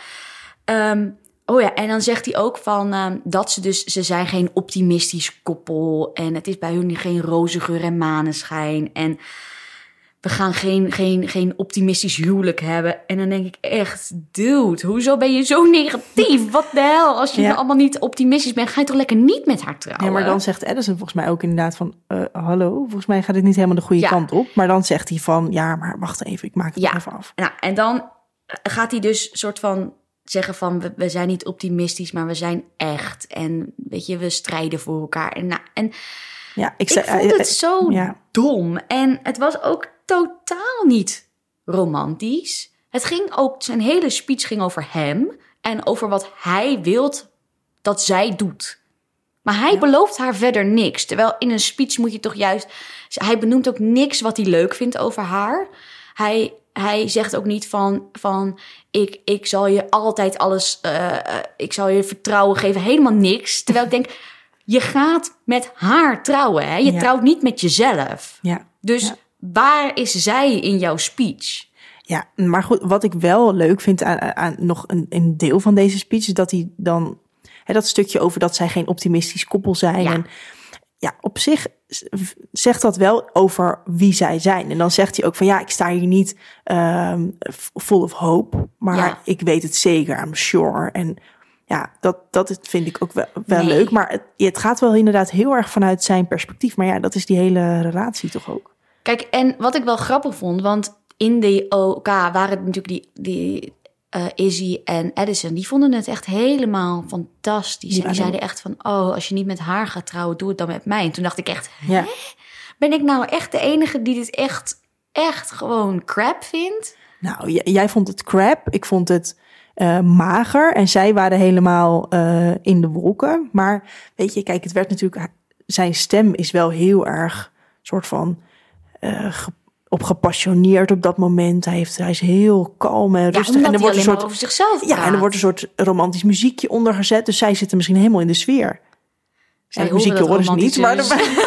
En dan zegt hij ook van dat ze zijn geen optimistisch koppel en het is bij hun geen roze geur en maneschijn en we gaan geen optimistisch huwelijk hebben. En dan denk ik echt, dude, hoezo ben je zo negatief? Wat de hel? Als je allemaal niet optimistisch bent, ga je toch lekker niet met haar trouwen? Ja, maar dan zegt Addison volgens mij ook inderdaad van, hallo, volgens mij gaat dit niet helemaal de goede kant op. Maar dan zegt hij van, ja, maar wacht even, ik maak het even af. Nou, en dan gaat hij dus soort van zeggen van, we zijn niet optimistisch, maar we zijn echt. En weet je, we strijden voor elkaar. En ik vond het zo dom. En het was ook totaal niet romantisch. Het ging ook, zijn hele speech ging over hem en over wat hij wilt dat zij doet. Maar hij belooft haar verder niks. Terwijl in een speech moet je toch juist... Hij benoemt ook niks wat hij leuk vindt over haar. Hij zegt ook niet van ik zal je altijd alles... ik zal je vertrouwen geven. Helemaal niks. Terwijl ik denk, je gaat met haar trouwen. Hè? Je trouwt niet met jezelf. Ja. Dus waar is zij in jouw speech? Ja, maar goed, wat ik wel leuk vind aan nog een deel van deze speech... is dat hij dan... dat stukje over dat zij geen optimistisch koppel zijn. Ja. En ja, op zich zegt dat wel over wie zij zijn. En dan zegt hij ook van ik sta hier niet full of hope. Maar ik weet het zeker, I'm sure. En ja, dat vind ik ook wel leuk. Maar het gaat wel inderdaad heel erg vanuit zijn perspectief. Maar ja, dat is die hele relatie toch ook. Kijk, en wat ik wel grappig vond... want in de OK waren natuurlijk die Izzy en Addison... die vonden het echt helemaal fantastisch. Ja, en die zeiden echt van... als je niet met haar gaat trouwen, doe het dan met mij. En toen dacht ik echt... Ben ik nou echt de enige die dit echt gewoon crap vindt? Nou, jij vond het crap. Ik vond het mager. En zij waren helemaal in de wolken. Maar weet je, kijk, het werd natuurlijk... Zijn stem is wel heel erg... soort van op gepassioneerd op dat moment. Hij is heel kalm en rustig. En er wordt een soort over zichzelf praat. Ja, en er wordt een soort romantisch muziekje ondergezet. Dus zij zitten misschien helemaal in de sfeer. Zij muziekje horen ze niet, maar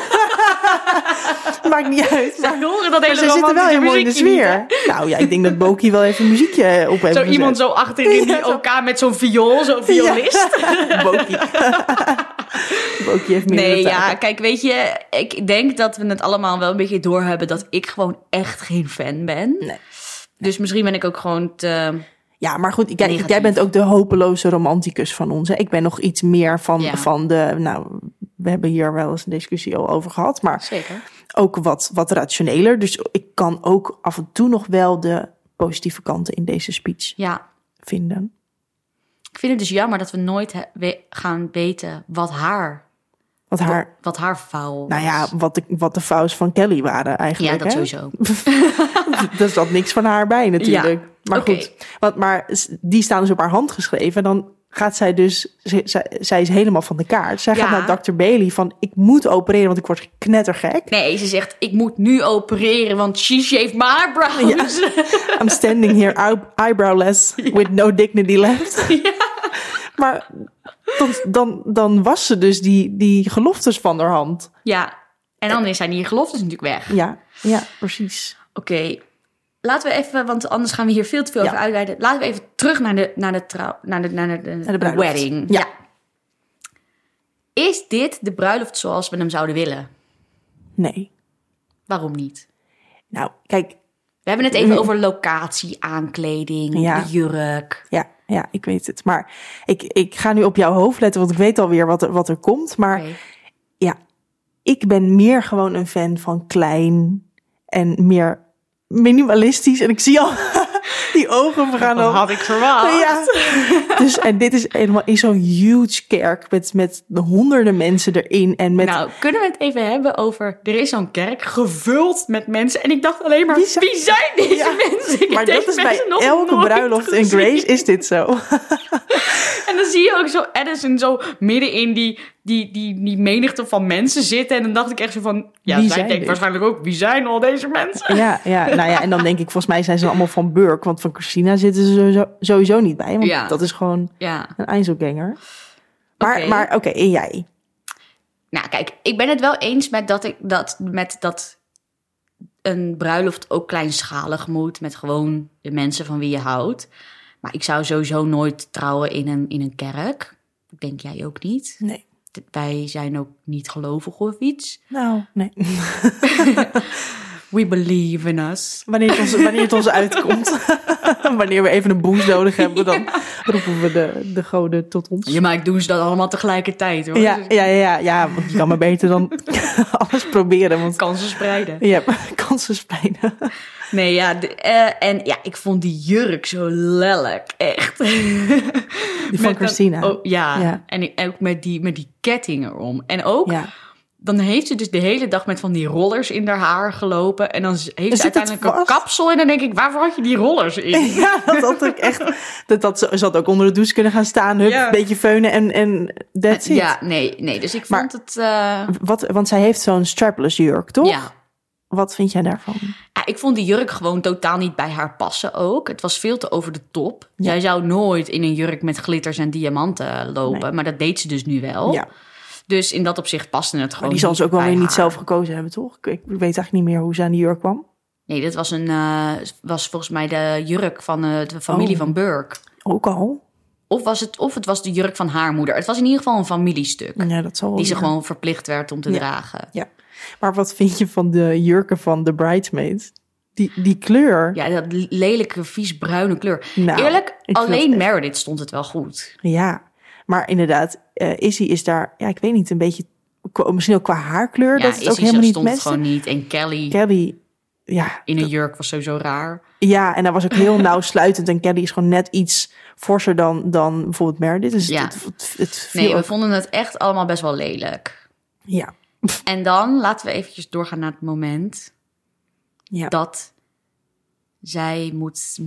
maakt niet uit. Zij horen dat hele ze zitten wel helemaal in de sfeer. Nou ja, ik denk dat Boki wel even een muziekje op heeft Zo gezet. iemand zo achterin die elkaar met zo'n viool, zo'n violist. Ja. Boki. Boki heeft meer Nee, ja, kijk, weet je, ik denk dat we het allemaal wel een beetje doorhebben dat ik gewoon echt geen fan ben. Nee. Dus misschien ben ik ook gewoon te... Ja, maar goed, Negatief. jij bent ook de hopeloze romanticus van ons. Hè? Ik ben nog iets meer van de... Nou, we hebben hier wel eens een discussie al over gehad. Maar Zeker. ook wat rationeler. Dus ik kan ook af en toe nog wel de positieve kanten in deze speech vinden. Ik vind het dus jammer dat we nooit gaan weten wat haar foul was. Nou ja, wat de fouls van Kelly waren eigenlijk. Ja, dat hè? sowieso. Er zat niks van haar bij natuurlijk. Ja, maar oké. goed, maar die staan dus op haar hand geschreven. Dan gaat zij dus... Zij is helemaal van de kaart. Zij gaat naar Dr. Bailey van... Ik moet opereren, want ik word knettergek. Nee, ze zegt, ik moet nu opereren, want she shaved my eyebrows. Ja. I'm standing here eyebrowless with no dignity left. Ja. Maar dan was ze dus die geloftes van haar hand. Ja, en dan zijn die geloftes natuurlijk weg. Ja, precies. Oké, laten we even, want anders gaan we hier veel te veel over uitweiden. Laten we even terug naar de wedding. Ja. Is dit de bruiloft zoals we hem zouden willen? Nee. Waarom niet? Nou, kijk. We hebben het even over locatie, aankleding, de jurk. Ja, ik weet het. Maar ik ga nu op jouw hoofd letten, want ik weet alweer wat er komt. Maar ja, ik ben meer gewoon een fan van klein en meer minimalistisch. En ik zie al die ogen gaan Dat had ik verwacht. Ja. Dus, en dit is helemaal in zo'n huge kerk met de honderden mensen erin. En met... Nou, kunnen we het even hebben over... Er is zo'n kerk gevuld met mensen. En ik dacht alleen maar, wie zijn deze mensen? Maar dat is bij elke bruiloft in Grace is dit zo. En dan zie je ook zo Addison zo midden in die menigte van mensen zitten. En dan dacht ik echt zo van... Ja, wie zij denkt waarschijnlijk ook, wie zijn al deze mensen? Ja, nou ja, en dan denk ik, volgens mij zijn ze allemaal van Burke. Want van Christina zitten ze sowieso niet bij. Want dat is gewoon een Einzelganger. Maar oké, en jij? Nou, kijk, ik ben het wel eens met dat een bruiloft ook kleinschalig moet. Met gewoon de mensen van wie je houdt. Maar ik zou sowieso nooit trouwen in een kerk. Ik denk jij ook niet. Nee. Wij zijn ook niet gelovig of iets. Nou, nee. We believe in us. Wanneer het ons uitkomt. Wanneer we even een boost nodig hebben, dan roepen we de goden tot ons. Ja, maar ik doe ze dat allemaal tegelijkertijd, hoor. Ja, want je kan maar beter dan alles proberen. Want kansen spreiden. Ja, kansen spreiden. Nee, ik vond die jurk zo lelijk, echt. Die van Christina. En ook met die ketting erom. En ook... Ja. Dan heeft ze dus de hele dag met van die rollers in haar haar gelopen. En dan heeft ze uiteindelijk een kapsel. En dan denk ik, waarvoor had je die rollers in? Ja, dat had ik echt... Ze had ook onder de douche kunnen gaan staan. Een beetje feunen en that's it. Ja, nee. Dus ik vond het... Want zij heeft zo'n strapless jurk, toch? Ja. Wat vind jij daarvan? Ja, ik vond die jurk gewoon totaal niet bij haar passen ook. Het was veel te over de top. Ja. Zij zou nooit in een jurk met glitters en diamanten lopen. Nee. Maar dat deed ze dus nu wel. Ja. Dus in dat opzicht paste het gewoon. Maar die zal ze ook wel weer niet zelf gekozen hebben, toch? Ik weet eigenlijk niet meer hoe ze aan die jurk kwam. Nee, dat was volgens mij de jurk van de familie van Burke. Ook al? Of het was de jurk van haar moeder. Het was in ieder geval een familiestuk. Ja, dat zal wel. Die ze gewoon verplicht werd om te dragen. Ja. Maar wat vind je van de jurken van de bridesmaids? Die kleur. Ja, dat lelijke, vies bruine kleur. Nou, eerlijk, alleen Meredith stond het wel goed. Ja. Maar inderdaad, Izzy is daar, ik weet niet, een beetje, misschien ook qua haarkleur. Ja, dat het ook helemaal niet het gewoon niet. En Kelly in een jurk was sowieso raar. Ja, en dat was ook heel nauwsluitend. En Kelly is gewoon net iets forser dan bijvoorbeeld Meredith. Dus we vonden het echt allemaal best wel lelijk. Ja. En dan laten we eventjes doorgaan naar het moment dat zij moet Ze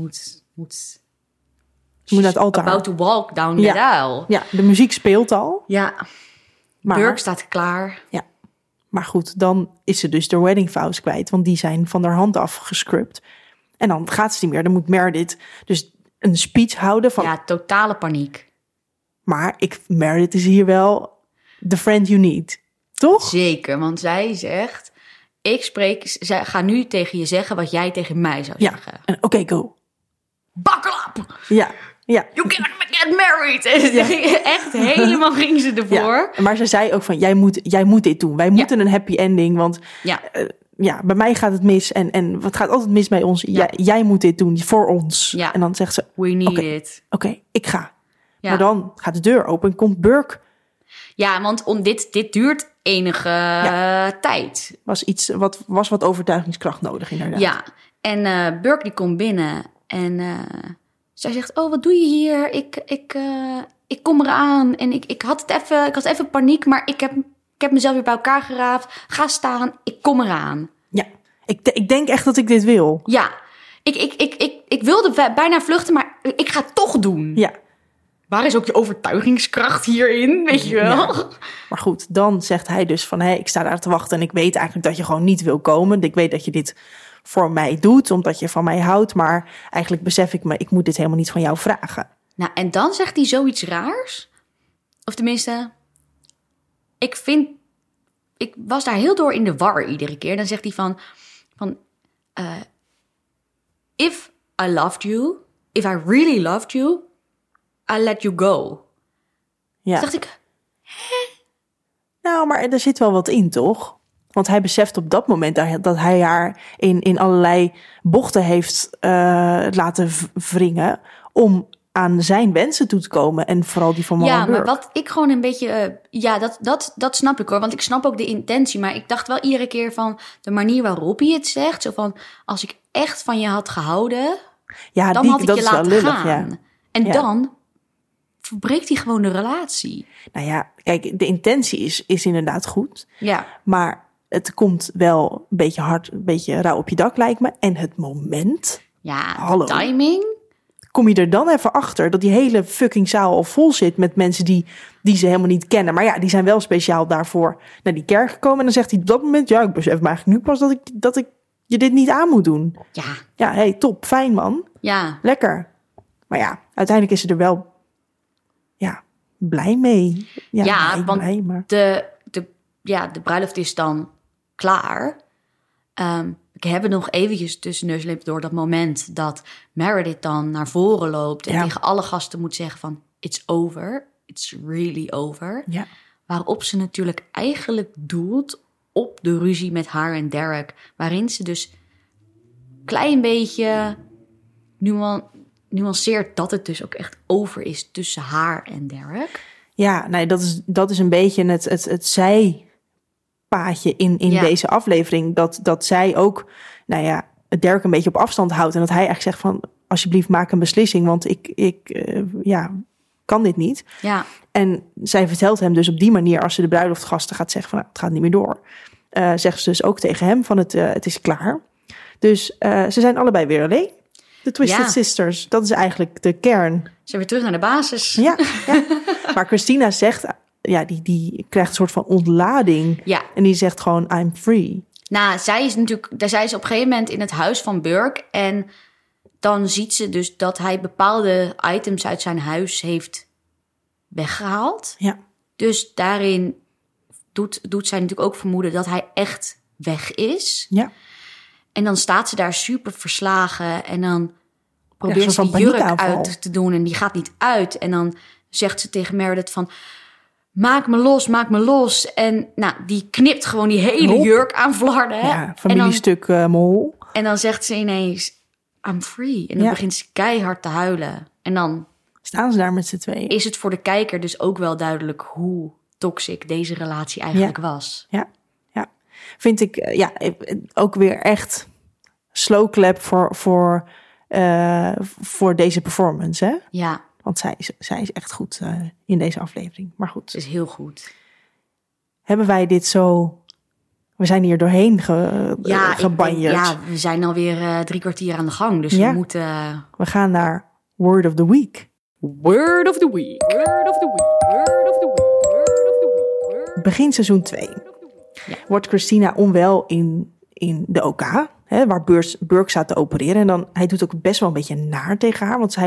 moet naar het altaar. About to walk down the aisle. Ja, de muziek speelt al. Ja, Burke staat klaar. Ja, Maar goed, dan is ze dus de wedding vows kwijt. Want die zijn van haar hand af gescrubt. En dan gaat ze niet meer. Dan moet Meredith dus een speech houden van... Ja, totale paniek. Maar Meredith is hier wel the friend you need. Toch? Zeker, want zij zegt... Zij ga nu tegen je zeggen wat jij tegen mij zou zeggen. Ja, oké, go. Buckle up! Ja. You cannot get married! Echt helemaal ging ze ervoor. Ja, maar ze zei ook van, jij moet dit doen. Wij moeten een happy ending, want bij mij gaat het mis. En wat gaat altijd mis bij ons? Ja. Jij moet dit doen, voor ons. Ja. En dan zegt ze, we need it. Oké, ik ga. Ja. Maar dan gaat de deur open en komt Burke. Ja, want dit duurt enige tijd. Was wat overtuigingskracht nodig, inderdaad. Ja, en Burke die komt binnen en zij zegt, oh, wat doe je hier? Ik kom eraan en ik had even paniek, maar ik heb mezelf weer bij elkaar geraapt. Ga staan, ik kom eraan. Ja, ik denk echt dat ik dit wil. Ja, ik wilde bijna vluchten, maar ik ga het toch doen. Ja. Waar is ook je overtuigingskracht hierin, weet je wel? Ja. Maar goed, dan zegt hij dus van... ik sta daar te wachten en ik weet eigenlijk dat je gewoon niet wil komen. Ik weet dat je dit voor mij doet, omdat je van mij houdt. Maar eigenlijk besef ik moet dit helemaal niet van jou vragen. Nou, en dan zegt hij zoiets raars. Of tenminste, ik was daar heel door in de war iedere keer. Dan zegt hij van if I loved you, if I really loved you... I let you go. Ja. Dus dacht ik... Nou, maar er zit wel wat in, toch? Want hij beseft op dat moment dat hij haar in allerlei bochten heeft laten wringen... om aan zijn wensen toe te komen. En vooral die van Mama Burke. Maar wat ik gewoon een beetje... dat snap ik hoor. Want ik snap ook de intentie. Maar ik dacht wel iedere keer van de manier waarop hij het zegt. Zo van, als ik echt van je had gehouden... Ja, dan had ik je laten gaan. Ja. En dan... verbreekt hij gewoon de relatie. Nou ja, kijk, de intentie is inderdaad goed. Ja. Maar het komt wel een beetje hard, een beetje rauw op je dak, lijkt me. En het moment... Ja, de timing... Kom je er dan even achter dat die hele fucking zaal al vol zit... met mensen die ze helemaal niet kennen. Maar ja, die zijn wel speciaal daarvoor naar die kerk gekomen. En dan zegt hij op dat moment... ja, ik besef me eigenlijk nu pas dat ik je dit niet aan moet doen. Ja. Ja, hey, top, fijn man. Ja. Lekker. Maar ja, uiteindelijk is ze er wel... blij mee. Want blij, maar... de bruiloft is dan klaar. Ik heb het nog eventjes tussen neus en lippen door dat moment... dat Meredith dan naar voren loopt... en tegen alle gasten moet zeggen van... it's over, it's really over. Ja. Waarop ze natuurlijk eigenlijk doelt op de ruzie met haar en Derek... waarin ze dus klein beetje nuanceert dat het dus ook echt over is tussen haar en Derek. Ja, nee, dat is een beetje het zijpaadje in deze aflevering. Dat zij ook, Derek een beetje op afstand houdt. En dat hij eigenlijk zegt van, alsjeblieft maak een beslissing. Want ik kan dit niet. Ja. En zij vertelt hem dus op die manier, als ze de bruiloftgasten gaat zeggen van, het gaat niet meer door. Zegt ze dus ook tegen hem van, het is klaar. Dus ze zijn allebei weer alleen. De Twisted Sisters, dat is eigenlijk de kern. Ze zijn weer terug naar de basis. Ja. Maar Christina zegt, die krijgt een soort van ontlading. Ja. En die zegt gewoon, I'm free. Nou, zij is op een gegeven moment in het huis van Burke. En dan ziet ze dus dat hij bepaalde items uit zijn huis heeft weggehaald. Ja. Dus daarin doet zij natuurlijk ook vermoeden dat hij echt weg is. Ja. En dan staat ze daar super verslagen en dan probeert ze die jurk uit te doen en die gaat niet uit. En dan zegt ze tegen Meredith van, maak me los. En die knipt gewoon die hele jurk aan Vlarden. Ja, familiestuk mol. En dan zegt ze ineens, I'm free. En dan begint ze keihard te huilen. En dan staan ze daar met z'n tweeën. Is het voor de kijker dus ook wel duidelijk hoe toxic deze relatie eigenlijk was. Ja. Vind ik ook weer echt slow clap voor deze performance, hè? Ja. Want zij is echt goed in deze aflevering. Maar goed. Het is heel goed. Hebben wij dit zo... We zijn hier doorheen gebanjerd. We zijn alweer 3 kwartier aan de gang. Dus we moeten... We gaan naar Word of the Week. Word of the Week. Word of the Week. Word of the Week. Word of the Week. Begin seizoen 2. wordt Christina onwel in de OK, waar Burke staat te opereren. En dan, hij doet ook best wel een beetje naar tegen haar, want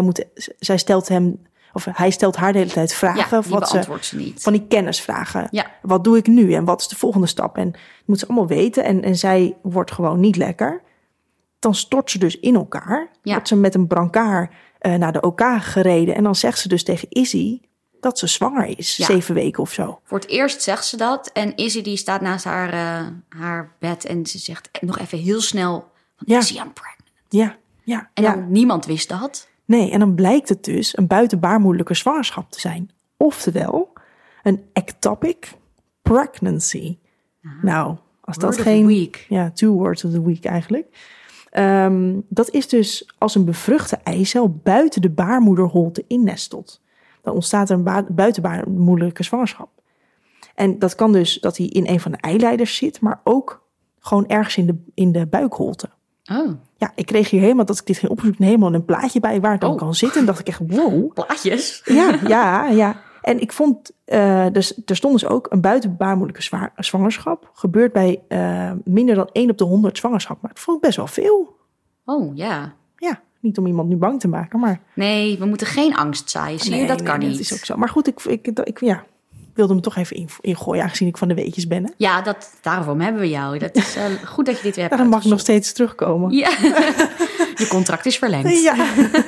hij stelt haar de hele tijd vragen. Die beantwoordt ze niet. Van die kennisvragen. Ja. Wat doe ik nu en wat is de volgende stap? En dat moet ze allemaal weten. En zij wordt gewoon niet lekker. Dan stort ze dus in elkaar. Ja. Wordt ze met een brancard naar de OK gereden. En dan zegt ze dus tegen Izzy dat ze zwanger is. 7 weken of zo. Voor het eerst zegt ze dat. En Izzy die staat naast haar bed. En ze zegt nog even heel snel. Izzy, I'm pregnant. Ja. En dan niemand wist dat. Nee, en dan blijkt het dus een buitenbaarmoedelijke zwangerschap te zijn. Oftewel, een ectopic pregnancy. Nou, als dat geen... Week. Ja, 2 words of the week eigenlijk. Dat is dus als een bevruchte eicel buiten de baarmoederholte innestelt. Dan ontstaat er een buitenbaarmoedelijke zwangerschap. En dat kan dus dat hij in een van de eileiders zit, maar ook gewoon ergens in de buikholte. Oh. Ja, ik kreeg hier helemaal, dat ik dit ging opzoeken, helemaal een plaatje bij waar het dan kan zitten. En dacht ik echt, wow. Plaatjes? Ja. En ik vond, dus er stond dus ook een buitenbaarmoedelijke zwangerschap. Gebeurt bij minder dan 1 op de 100 zwangerschap. Maar dat vond ik best wel veel. Oh, ja. Ja, niet om iemand nu bang te maken, maar... Nee, we moeten geen angst zaaien. Zie je, dat kan niet. Dat is ook zo. Maar goed, ik wilde me toch even ingooien, aangezien ik van de weetjes ben. Hè? Ja, daarom hebben we jou. Dat is goed dat je dit weer hebt. Dan mag ik nog steeds terugkomen. Ja, je contract is verlengd. Ja.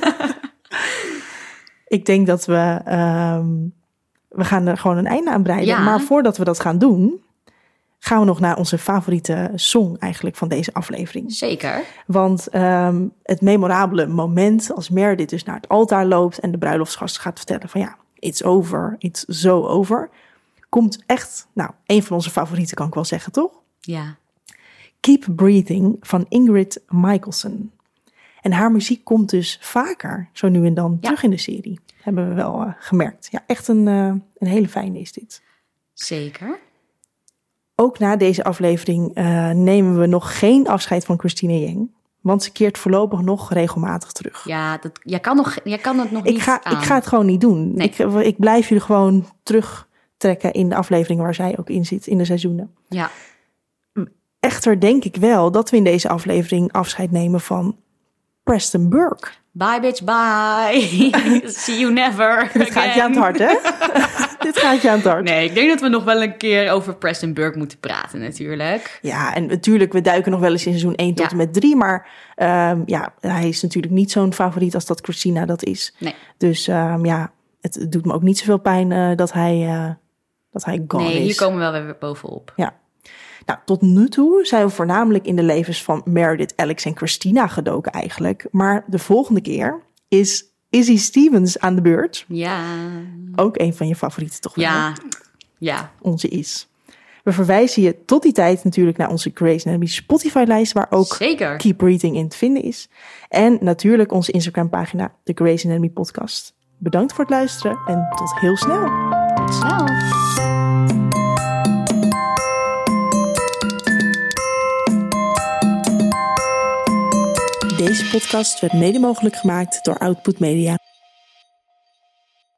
Ik denk dat we gaan er gewoon een einde aan breiden. Ja. Maar voordat we dat gaan doen, gaan we nog naar onze favoriete song eigenlijk van deze aflevering. Zeker. Want het memorabele moment als Meredith dus naar het altaar loopt en de bruiloftsgast gaat vertellen van ja, it's over, it's so over, komt echt, een van onze favorieten kan ik wel zeggen, toch? Ja. Keep Breathing van Ingrid Michaelson. En haar muziek komt dus vaker, zo nu en dan, terug in de serie. Hebben we wel gemerkt. Ja, echt een hele fijne is dit. Zeker. Ook na deze aflevering nemen we nog geen afscheid van Cristina Yang. Want ze keert voorlopig nog regelmatig terug. Ja, jij kan het nog niet Ik ga het gewoon niet doen. Nee. Ik blijf jullie gewoon terugtrekken in de aflevering waar zij ook in zit, in de seizoenen. Ja. Echter denk ik wel dat we in deze aflevering afscheid nemen van Preston Burke. Bye bitch, bye. See you never. Dit gaat je aan het hart, hè? Dit gaat je aan het hart. Nee, ik denk dat we nog wel een keer over Preston Burke moeten praten natuurlijk. Ja, en natuurlijk, we duiken nog wel eens in seizoen 1 tot en met 3. Maar hij is natuurlijk niet zo'n favoriet als dat Christina dat is. Nee. Dus het doet me ook niet zoveel pijn dat hij gone is. Nee, hier komen we wel weer bovenop. Ja. Nou, tot nu toe zijn we voornamelijk in de levens van Meredith, Alex en Christina gedoken eigenlijk. Maar de volgende keer is Izzy Stevens aan de beurt. Ja. Ook een van je favorieten, toch wel? Ja. Onze is. We verwijzen je tot die tijd natuurlijk naar onze Grey's Anatomy Spotify-lijst, waar ook Zeker. Keep Breathing in te vinden is. En natuurlijk onze Instagram-pagina, de Grey's Anatomy Podcast. Bedankt voor het luisteren en tot heel snel. Tot snel. Deze podcast werd mede mogelijk gemaakt door Output Media.